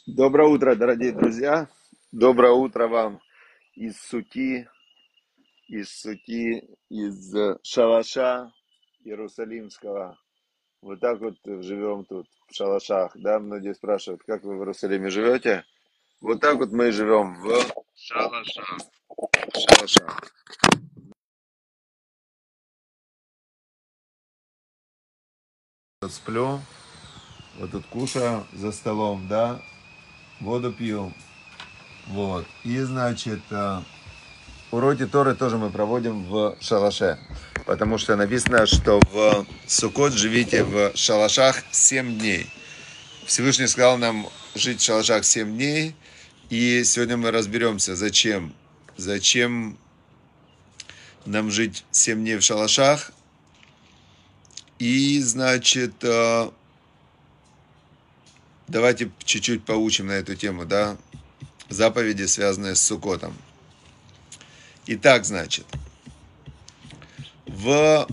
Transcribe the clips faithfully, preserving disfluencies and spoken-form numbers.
Доброе утро, дорогие друзья. Доброе утро вам из Сути, из Сути, из э, шалаша Иерусалимского. Вот так вот живем тут, в шалашах. Да, многие спрашивают, как вы в Иерусалиме живете? Вот так вот мы живем в шалашах. В шалашах. Вот сплю, вот тут кушаю за столом, да, воду пью. Вот. И, значит, э, уроки Торы тоже мы проводим в шалаше, потому что написано, что в Суккот живите в шалашах семь дней. Всевышний сказал нам жить в шалашах семь дней, и сегодня мы разберемся, зачем, зачем нам жить семь дней в шалашах, и, значит, э, давайте чуть-чуть поучим на эту тему, да, заповеди, связанные с Суккотом. Итак, значит, в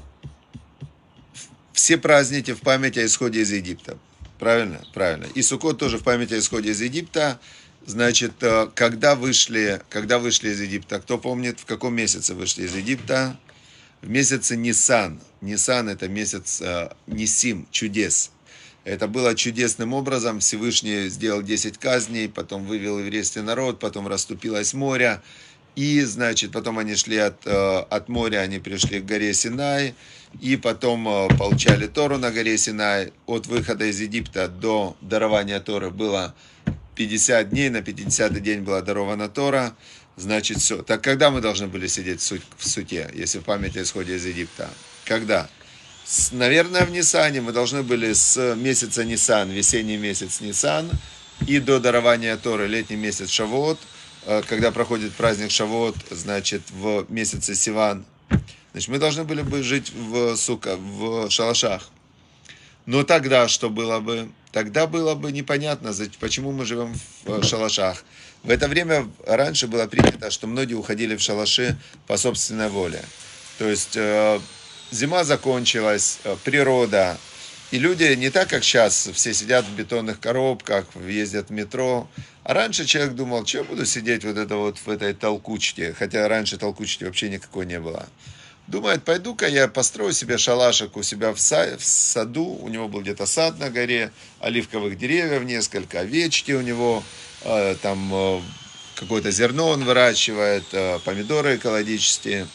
все праздники в память о исходе из Египта. Правильно? Правильно. И Суккот тоже в память о исходе из Египта. Значит, когда вышли, когда вышли из Египта, кто помнит, в каком месяце вышли из Египта? В месяце Нисан. Нисан – это месяц э, Нисим, чудес. Это было чудесным образом. Всевышний сделал десять казней, потом вывел еврейский народ, потом расступилось море. И, значит, потом они шли от, от моря, они пришли к горе Синай, и потом получали Тору на горе Синай. От выхода из Египта до дарования Торы было пятьдесят дней, на пятидесятый день была дарована Тора. Значит, все. Так когда мы должны были сидеть в, суть, в суте, если в память о исходе из Египта? Когда? С, наверное, в Нисане. Мы должны были с месяца Нисан, весенний месяц Нисан, и до дарования Торы, летний месяц Шавуот, когда проходит праздник Шавуот, значит, в месяце Сиван. Значит, мы должны были бы жить в, сука, в шалашах. Но тогда что было бы? Тогда было бы непонятно, почему мы живем в шалашах. В это время раньше было принято, что многие уходили в шалаши по собственной воле. То есть э, зима закончилась, э, природа. И люди не так, как сейчас, все сидят в бетонных коробках, ездят в метро. А раньше человек думал, что я буду сидеть вот это вот в этой толкучке. Хотя раньше толкучки вообще никакой не было. Думает, пойду-ка я построю себе шалашик у себя в, са- в саду. У него был где-то сад на горе, оливковых деревьев несколько, овечки у него, э, там э, какое-то зерно он выращивает, э, помидоры экологические.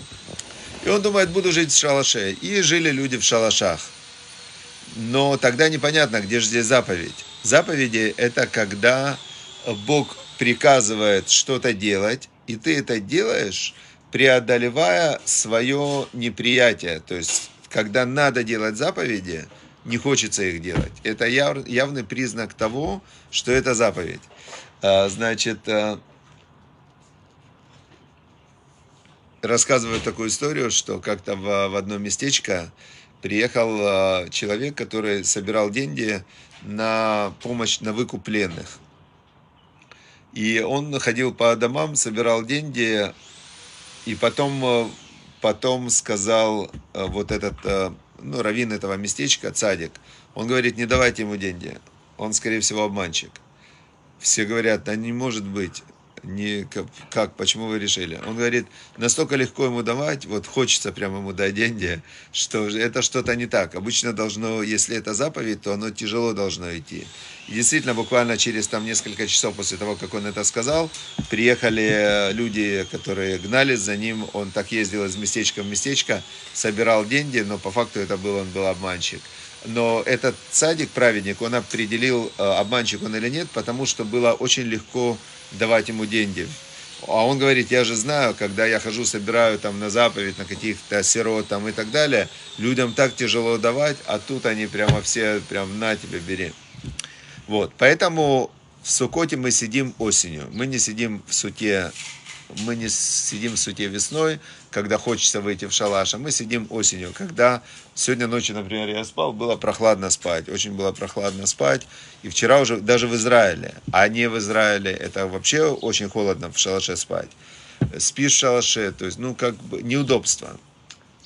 И он думает, буду жить в шалаше. И жили люди в шалашах. Но тогда непонятно, где же здесь заповедь. Заповеди – это когда Бог приказывает что-то делать, и ты это делаешь, преодолевая свое неприятие. То есть, когда надо делать заповеди, не хочется их делать. Это яв, явный признак того, что это заповедь. А, значит, рассказывают такую историю, что как-то в, в одно местечко приехал человек, который собирал деньги на помощь, на выкуп пленных. И он ходил по домам, собирал деньги, и потом, потом сказал вот этот, ну, раввин этого местечка, цадик, он говорит, не давайте ему деньги, он, скорее всего, обманщик. Все говорят, да не может быть. Не, как, почему вы решили? Он говорит, настолько легко ему давать, вот хочется прямо ему дать деньги, что это что-то не так. Обычно должно, если это заповедь, то оно тяжело должно идти. И действительно, буквально через там несколько часов после того, как он это сказал, приехали люди, которые гнались за ним. Он так ездил из местечка в местечко, собирал деньги, но по факту это был, он был обманщик. Но этот цадик, праведник, он определил, обманщик он или нет, потому что было очень легко давать ему деньги. А он говорит, я же знаю, когда я хожу, собираю там на заповедь, на каких-то сирот там и так далее, людям так тяжело давать, а тут они прямо все, прям на тебе бери. Вот, поэтому в Суккоте мы сидим осенью, мы не сидим в суте, мы не сидим в суте весной, когда хочется выйти в шалаш, а мы сидим осенью, когда сегодня ночью, например, я спал, было прохладно спать, очень было прохладно спать, и вчера уже даже в Израиле, а не в Израиле, это вообще очень холодно в шалаше спать, спишь в шалаше, то есть, ну, как бы неудобство.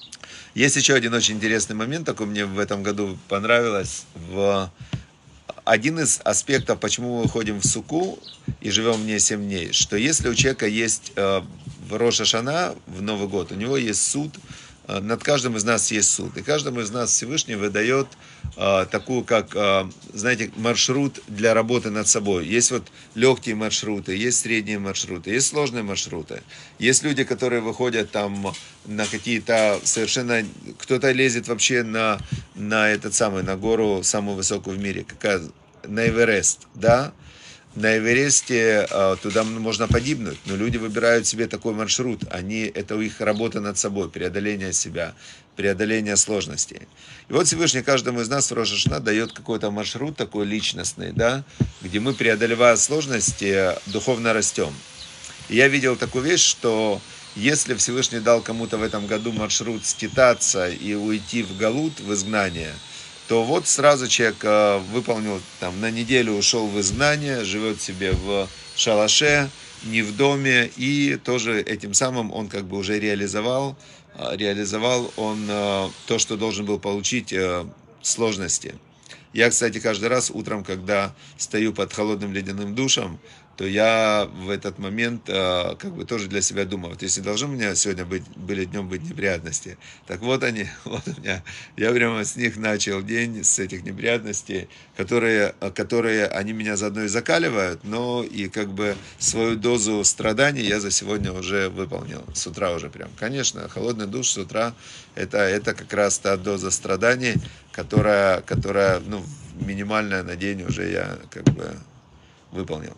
Есть еще один очень интересный момент, такой мне в этом году понравилось, в один из аспектов, почему мы выходим в Суку и живем в ней семь дней, что если у человека есть э, в Рош ха-Шана, в Новый год, у него есть суд, э, над каждым из нас есть суд, и каждому из нас Всевышний выдает э, такую, как, э, знаете, маршрут для работы над собой. Есть вот легкие маршруты, есть средние маршруты, есть сложные маршруты. Есть люди, которые выходят там на какие-то совершенно... Кто-то лезет вообще на, на этот самый, на гору самую высокую в мире, какая, на Эверест, да? На Эвересте э, туда можно погибнуть, но люди выбирают себе такой маршрут. Они, это их работа над собой, преодоление себя, преодоление сложностей. И вот Всевышний каждому из нас в Рош ха-Шана дает какой-то маршрут такой личностный, да, где мы, преодолевая сложности, духовно растем. И я видел такую вещь, что если Всевышний дал кому-то в этом году маршрут скитаться и уйти в галут, в изгнание, то вот сразу человек выполнил, там, на неделю ушел в изгнание, живет себе в шалаше, не в доме, и тоже этим самым он как бы уже реализовал, реализовал он то, что должен был получить сложности. Я, кстати, каждый раз утром, когда стою под холодным ледяным душем, то я в этот момент э, как бы тоже для себя думаю, вот если должны у меня сегодня быть, были днем быть неприятности, так вот они, вот у меня, я прямо с них начал день, с этих неприятностей, которые, которые они меня заодно и закаливают, но и как бы свою дозу страданий я за сегодня уже выполнил, с утра уже прям. Конечно, холодный душ с утра, это, это как раз та доза страданий, которая, которая ну, минимальная на день уже я как бы выполнил.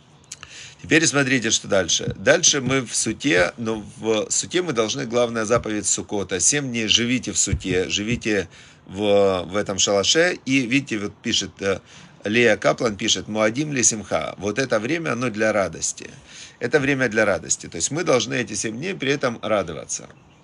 Теперь смотрите, что дальше. Дальше мы в суте, но в суте мы должны, главная заповедь Суккота. Семь дней живите в суте, живите в, в этом шалаше. И видите, вот пишет, Лея Каплан пишет, Муадим ли симха. Вот это время, оно для радости. Это время для радости. То есть мы должны эти семь дней при этом радоваться.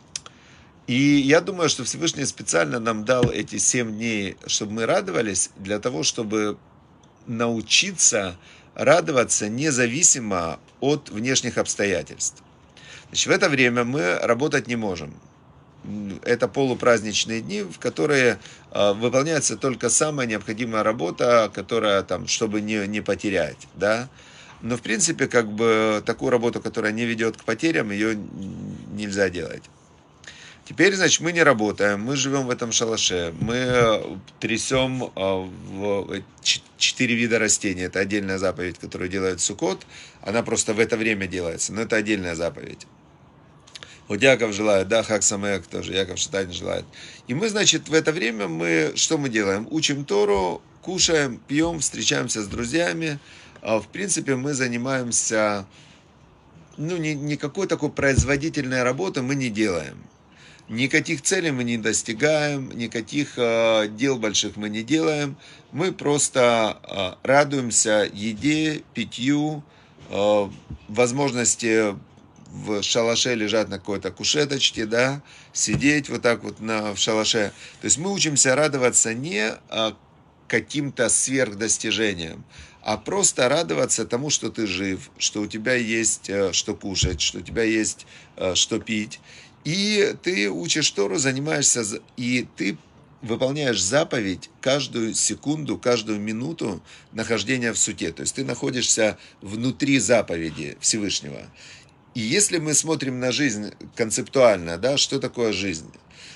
И я думаю, что Всевышний специально нам дал эти семь дней, чтобы мы радовались, для того, чтобы научиться радоваться независимо от внешних обстоятельств. Значит, в это время мы работать не можем. Это полупраздничные дни, в которые э, выполняется только самая необходимая работа, которая там, чтобы не, не потерять, да. Но в принципе, как бы такую работу, которая не ведет к потерям, ее нельзя делать. Теперь, значит, мы не работаем, мы живем в этом шалаше, мы трясем в четыре вида растений. Это отдельная заповедь, которую делает Суккот. Она просто в это время делается, но это отдельная заповедь. Вот Яков желает, да, Хаг Самеах тоже, Яков Шатайн желает. И мы, значит, в это время мы, что мы делаем? Учим Тору, кушаем, пьем, встречаемся с друзьями. В принципе, мы занимаемся, ну, ни, никакой такой производительной работы мы не делаем. Никаких целей мы не достигаем, никаких э, дел больших мы не делаем. Мы просто э, радуемся еде, питью, э, возможности в шалаше лежать на какой-то кушеточке, да, сидеть вот так вот на, в шалаше. То есть мы учимся радоваться не э, каким-то сверхдостижениям, а просто радоваться тому, что ты жив, что у тебя есть э, что кушать, что у тебя есть э, что пить. И ты учишь Тору, занимаешься, и ты выполняешь заповедь каждую секунду, каждую минуту нахождения в суте. То есть ты находишься внутри заповеди Всевышнего. И если мы смотрим на жизнь концептуально, да, что такое жизнь?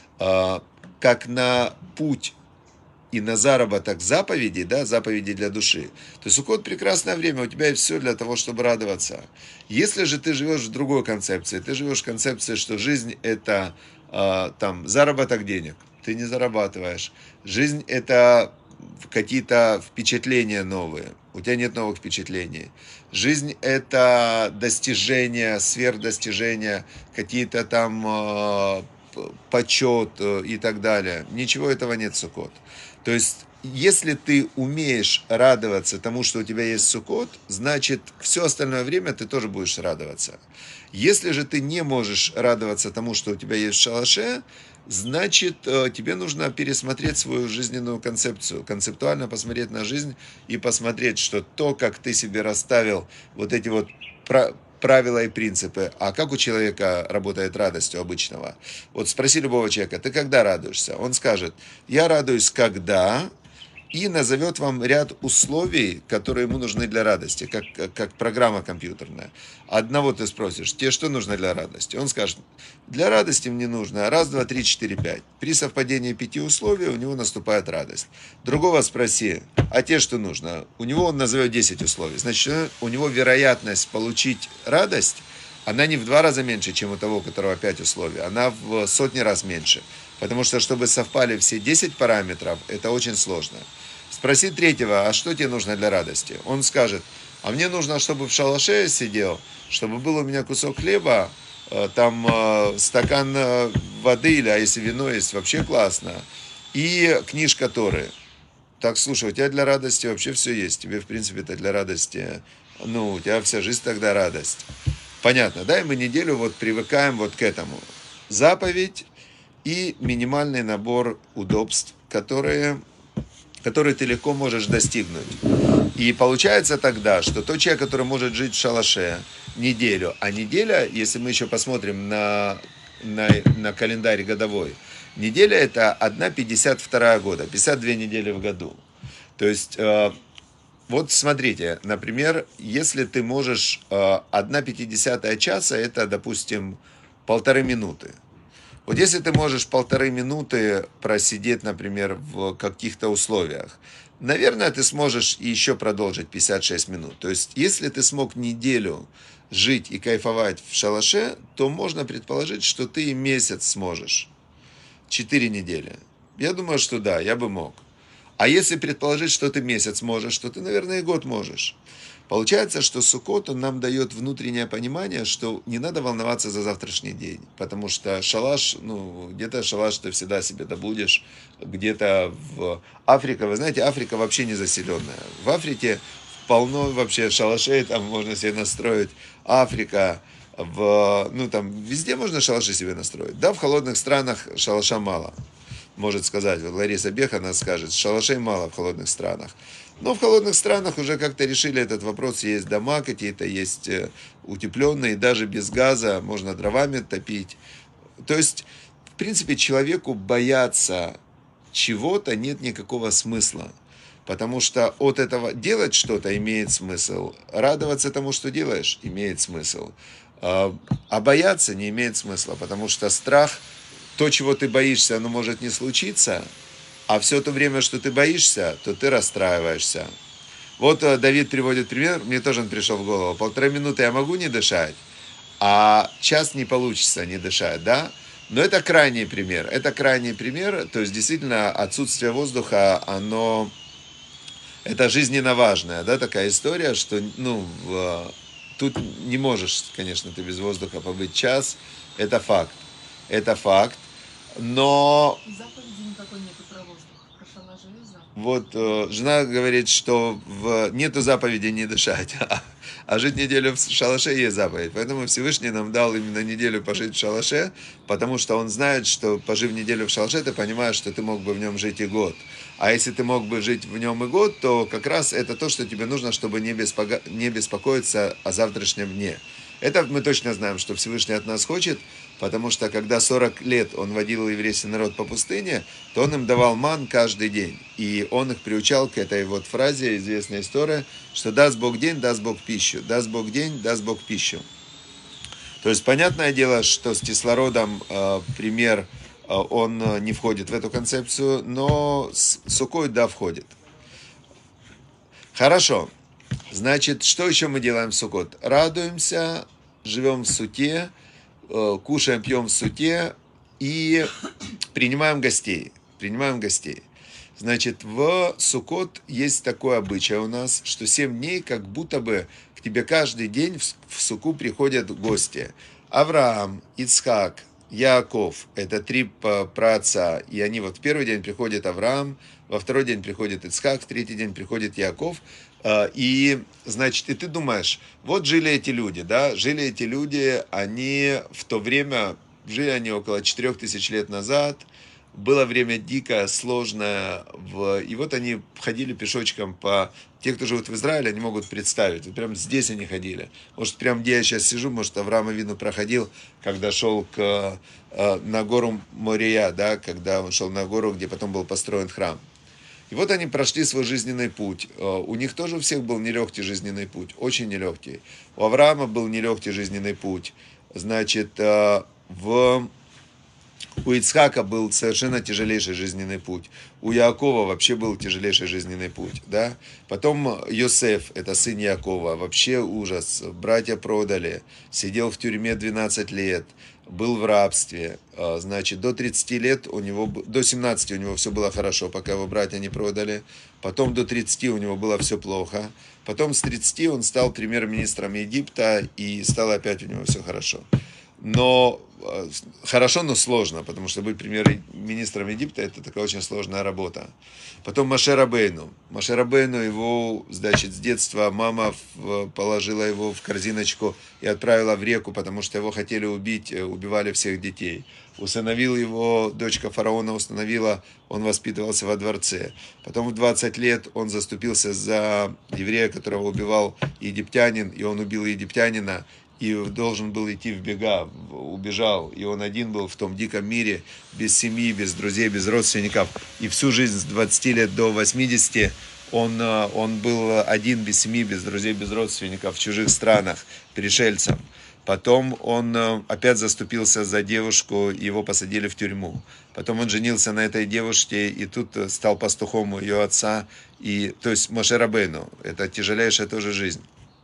Как на путь и на заработок заповедей, да, заповедей для души, то Суккот прекрасное время, у тебя есть все для того, чтобы радоваться. Если же ты живешь в другой концепции, ты живешь в концепции, что жизнь это э, там, заработок денег, ты не зарабатываешь. Жизнь это какие-то впечатления новые, у тебя нет новых впечатлений. Жизнь это достижения, сверхдостижения, какие-то там э, почет э, и так далее. Ничего этого нет в Суккот. То есть, если ты умеешь радоваться тому, что у тебя есть Суккот, значит, все остальное время ты тоже будешь радоваться. Если же ты не можешь радоваться тому, что у тебя есть в шалаше, значит, тебе нужно пересмотреть свою жизненную концепцию, концептуально посмотреть на жизнь и посмотреть, что то, как ты себе расставил вот эти вот правила и принципы, а как у человека работает радость у обычного? Вот спроси любого человека, ты когда радуешься? Он скажет, я радуюсь, когда и назовет вам ряд условий, которые ему нужны для радости, как, как программа компьютерная. Одного ты спросишь, тебе что нужно для радости? Он скажет, для радости мне нужно раз, два, три, четыре, пять. При совпадении пяти условий у него наступает радость. Другого спроси, а тебе что нужно? У него он назовет десять условий. Значит, у него вероятность получить радость, она не в два раза меньше, чем у того, у которого пять условий, она в сотни раз меньше. Потому что, чтобы совпали все десять параметров, это очень сложно. Спроси третьего, а что тебе нужно для радости? Он скажет, а мне нужно, чтобы в шалаше я сидел, чтобы был у меня кусок хлеба, там стакан воды, или а если вино есть, вообще классно, и книжка Торы. Так, слушай, у тебя для радости вообще все есть. Тебе, в принципе, это для радости, ну, у тебя вся жизнь тогда радость. Понятно, да? И мы неделю вот привыкаем вот к этому. Заповедь и минимальный набор удобств, которые, которые ты легко можешь достигнуть. И получается тогда, что тот человек, который может жить в шалаше неделю, а неделя, если мы еще посмотрим на, на, на календарь годовой, неделя это одна пятьдесят вторая года, пятьдесят две недели в году. То есть, э, вот смотрите, например, если ты можешь, э, одна пятидесятая часа, это, допустим, полторы минуты. Вот если ты можешь полторы минуты просидеть, например, в каких-то условиях, наверное, ты сможешь еще продолжить пятьдесят шесть минут. То есть, если ты смог неделю жить и кайфовать в шалаше, то можно предположить, что ты и месяц сможешь. Четыре недели. Я думаю, что да, я бы мог. А если предположить, что ты месяц можешь, то ты, наверное, и год можешь. Получается, что Суккот, он нам дает внутреннее понимание, что не надо волноваться за завтрашний день. Потому что шалаш, ну, где-то шалаш ты всегда себе добудешь, где-то в Африке, вы знаете, Африка вообще не заселенная. В Африке полно вообще шалашей, там можно себе настроить. Африка, в, ну, там везде можно шалаши себе настроить. Да, в холодных странах шалаша мало. Может сказать, вот Лариса Бех, она скажет, шалашей мало в холодных странах. Но в холодных странах уже как-то решили этот вопрос. Есть дома какие-то, есть утепленные, даже без газа можно дровами топить. То есть, в принципе, человеку бояться чего-то нет никакого смысла. Потому что от этого делать что-то имеет смысл. Радоваться тому, что делаешь, имеет смысл. А бояться не имеет смысла. Потому что страх, то, чего ты боишься, оно может не случиться. А все то время, что ты боишься, то ты расстраиваешься. Вот Давид приводит пример, мне тоже он пришел в голову. Полторы минуты я могу не дышать, а час не получится не дышать, да? Но это крайний пример. Это крайний пример, то есть действительно отсутствие воздуха, оно... Это жизненно важная, да, такая история, что, ну, в... тут не можешь, конечно, ты без воздуха побыть час. Это факт. Это факт. Но... Вот э, жена говорит, что в, нету заповеди не дышать, а, а жить неделю в шалаше есть заповедь. Поэтому Всевышний нам дал именно неделю пожить в шалаше, потому что он знает, что пожив неделю в шалаше, ты понимаешь, что ты мог бы в нем жить и год. А если ты мог бы жить в нем и год, то как раз это то, что тебе нужно, чтобы не, беспоко... не беспокоиться о завтрашнем дне. Это мы точно знаем, что Всевышний от нас хочет, потому что когда сорок лет он водил еврейский народ по пустыне, то он им давал ман каждый день. И он их приучал к этой вот фразе, известная история, что даст Бог день, даст Бог пищу. Даст Бог день, даст Бог пищу. То есть, понятное дело, что с кислородом э, пример, э, он не входит в эту концепцию, но с сукой, да, входит. Хорошо. Значит, что еще мы делаем в Суккот? Радуемся, живем в суте, кушаем, пьем в суте и принимаем гостей. Принимаем гостей. Значит, в Суккот есть такой обычай у нас, что семь дней как будто бы к тебе каждый день в суку приходят гости. Авраам, Ицхак, Яаков, это три праотца, и они вот в первый день приходит Авраам, во второй день приходит Ицхак, в третий день приходит Яаков. И, значит, и ты думаешь, вот жили эти люди, да, жили эти люди, они в то время, жили они около четырех тысяч лет назад, было время дикое, сложное, в... и вот они ходили пешочком по... Те, кто живут в Израиле, они могут представить, вот прямо здесь они ходили. Может, прямо где я сейчас сижу, может, Авраам Авину проходил, когда шел к, на гору Мория, да, когда он шел на гору, где потом был построен храм. И вот они прошли свой жизненный путь. У них тоже у всех был нелегкий жизненный путь, очень нелегкий. У Авраама был нелегкий жизненный путь. Значит, в... у Ицхака был совершенно тяжелейший жизненный путь. У Яакова вообще был тяжелейший жизненный путь. Да? Потом Йосеф, это сын Яакова, вообще ужас. Братья продали, сидел в тюрьме двенадцать лет. Был в рабстве, значит, до тридцати лет у него, до семнадцати у него все было хорошо, пока его братья не продали. Потом до тридцати у него было все плохо. Потом с тридцати он стал премьер-министром Египта, и стало опять у него все хорошо. Но хорошо, но сложно, потому что быть премьер-министром Египта — это такая очень сложная работа. Потом Моше Рабейну. Моше Рабейну, его, значит, с детства мама положила его в корзиночку и отправила в реку, потому что его хотели убить, убивали всех детей. Усыновил его, дочка фараона установила, он воспитывался во дворце. Потом в двадцать лет он заступился за еврея, которого убивал египтянин, и он убил египтянина, и должен был идти в бега, убежал, и он один был в том диком мире, без семьи, без друзей, без родственников, и всю жизнь с двадцати лет до восьмидесяти он, он был один, без семьи, без друзей, без родственников, в чужих странах, пришельцем. Потом он опять заступился за девушку, его посадили в тюрьму. Потом он женился на этой девушке, и тут стал пастухом у ее отца, и, то есть Моше Рабейну, это тяжелейшая тоже жизнь.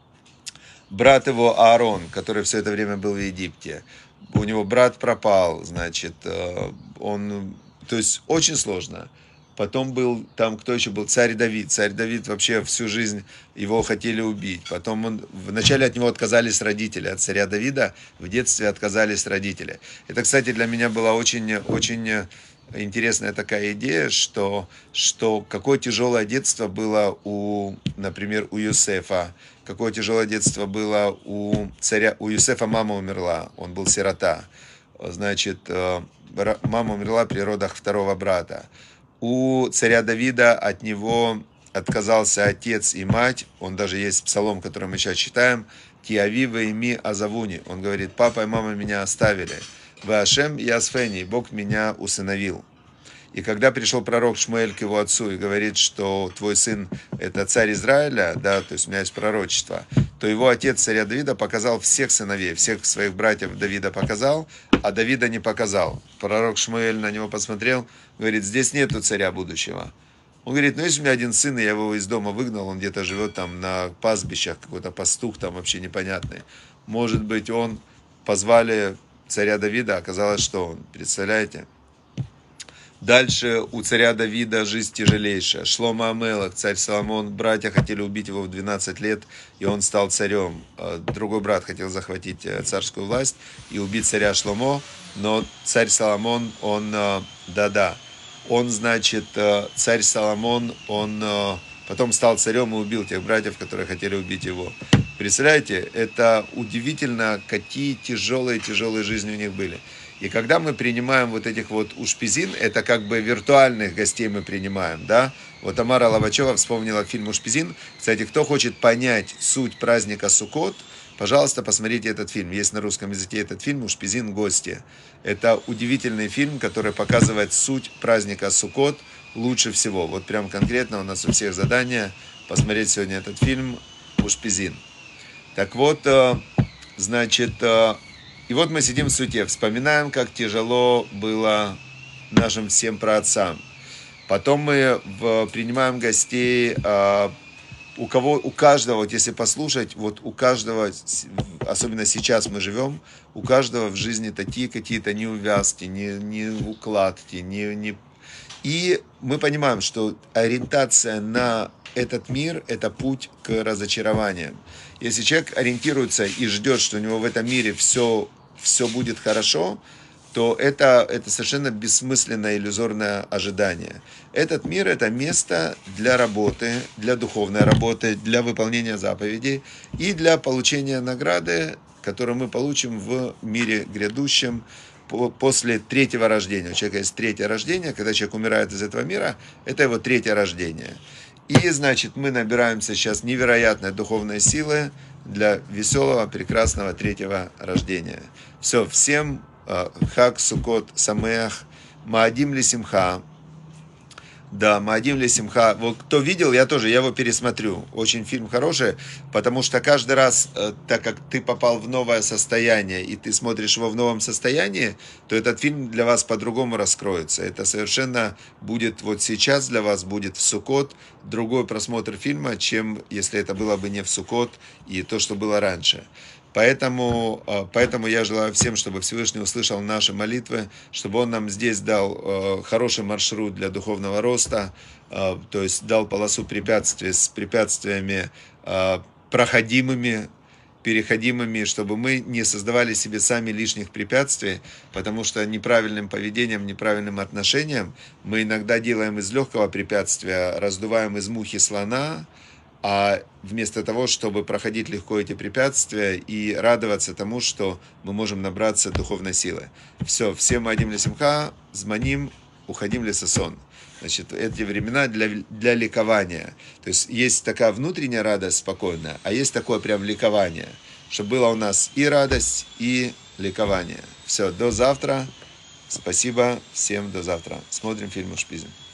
Брат его Аарон, который все это время был в Египте, у него брат пропал, значит, он, то есть очень сложно. Потом был там, кто еще был, царь Давид. Царь Давид вообще всю жизнь его хотели убить. Потом он, вначале от него отказались родители, от царя Давида в детстве отказались родители. Это, кстати, для меня была очень, очень интересная такая идея, что, что какое тяжелое детство было у, например, у Юсефа. Какое тяжелое детство было у царя, у Юсефа мама умерла, он был сирота. Значит, мама умерла при родах второго брата. У царя Давида от него отказался отец и мать, он даже есть псалом, который мы сейчас читаем, «Киави ваими азавуни», он говорит, папа и мама меня оставили, «Ваашем ясфени», Бог меня усыновил. И когда пришел пророк Шмуэль к его отцу и говорит, что твой сын это царь Израиля, да, то есть у меня есть пророчество, то его отец царя Давида показал всех сыновей, всех своих братьев Давида показал, а Давида не показал. Пророк Шмуэль на него посмотрел, говорит, здесь нету царя будущего. Он говорит, ну есть у меня один сын, и я его из дома выгнал, он где-то живет там на пастбищах, какой-то пастух там вообще непонятный. Может быть, он, позвали царя Давида, оказалось, что он, представляете? Дальше у царя Давида жизнь тяжелейшая. Шломо Амелех, царь Соломон, братья хотели убить его в двенадцать лет, и он стал царем. Другой брат хотел захватить царскую власть и убить царя Шломо, но царь Соломон, он, да-да, он, значит, царь Соломон, он потом стал царем и убил тех братьев, которые хотели убить его. Представляете, это удивительно, какие тяжелые-тяжелые жизни у них были. И когда мы принимаем вот этих вот ушпизин, это как бы виртуальных гостей мы принимаем, да? Вот Тамара Лобачева вспомнила фильм «Ушпизин». Кстати, кто хочет понять суть праздника Суккот, пожалуйста, посмотрите этот фильм. Есть на русском языке этот фильм «Ушпизин. Гости». Это удивительный фильм, который показывает суть праздника Суккот лучше всего. Вот прям конкретно у нас у всех задание посмотреть сегодня этот фильм «Ушпизин». Так вот, значит... И вот мы сидим в суете, вспоминаем, как тяжело было нашим всем праотцам. Потом мы в, принимаем гостей, э, у кого, у каждого, вот если послушать, вот у каждого, особенно сейчас мы живем, у каждого в жизни такие какие-то неувязки, не, не укладки, не, не... И мы понимаем, что ориентация на этот мир – это путь к разочарованиям. Если человек ориентируется и ждет, что у него в этом мире все, все будет хорошо, то это, это совершенно бессмысленное иллюзорное ожидание. Этот мир – это место для работы, для духовной работы, для выполнения заповедей и для получения награды, которую мы получим в мире грядущем после третьего рождения. У человека есть третье рождение, когда человек умирает из этого мира, это его третье рождение. И, значит, мы набираемся сейчас невероятной духовной силы для веселого, прекрасного третьего рождения. Все, всем Хаг Суккот Самеах, Маадим ли Симха. Да, Маадим Ле Симха. Вот кто видел, я тоже, я его пересмотрю. Очень фильм хороший, потому что каждый раз, э, так как ты попал в новое состояние, и ты смотришь его в новом состоянии, то этот фильм для вас по-другому раскроется. Это совершенно будет, вот сейчас для вас будет в Суккот другой просмотр фильма, чем если это было бы не в Суккот и то, что было раньше. Поэтому, поэтому я желаю всем, чтобы Всевышний услышал наши молитвы, чтобы Он нам здесь дал хороший маршрут для духовного роста, то есть дал полосу препятствий с препятствиями проходимыми, переходимыми, чтобы мы не создавали себе сами лишних препятствий, потому что неправильным поведением, неправильным отношением мы иногда делаем из легкого препятствия, раздуваем из мухи слона, а вместо того, чтобы проходить легко эти препятствия и радоваться тому, что мы можем набраться духовной силы. Все, всем Маадим Ле Симха, зманим, уходим лесосон. Значит, эти времена для, для ликования. То есть есть такая внутренняя радость спокойная, а есть такое прям ликование, чтобы было у нас и радость, и ликование. Все, до завтра. Спасибо всем, до завтра. Смотрим фильм Шпизин.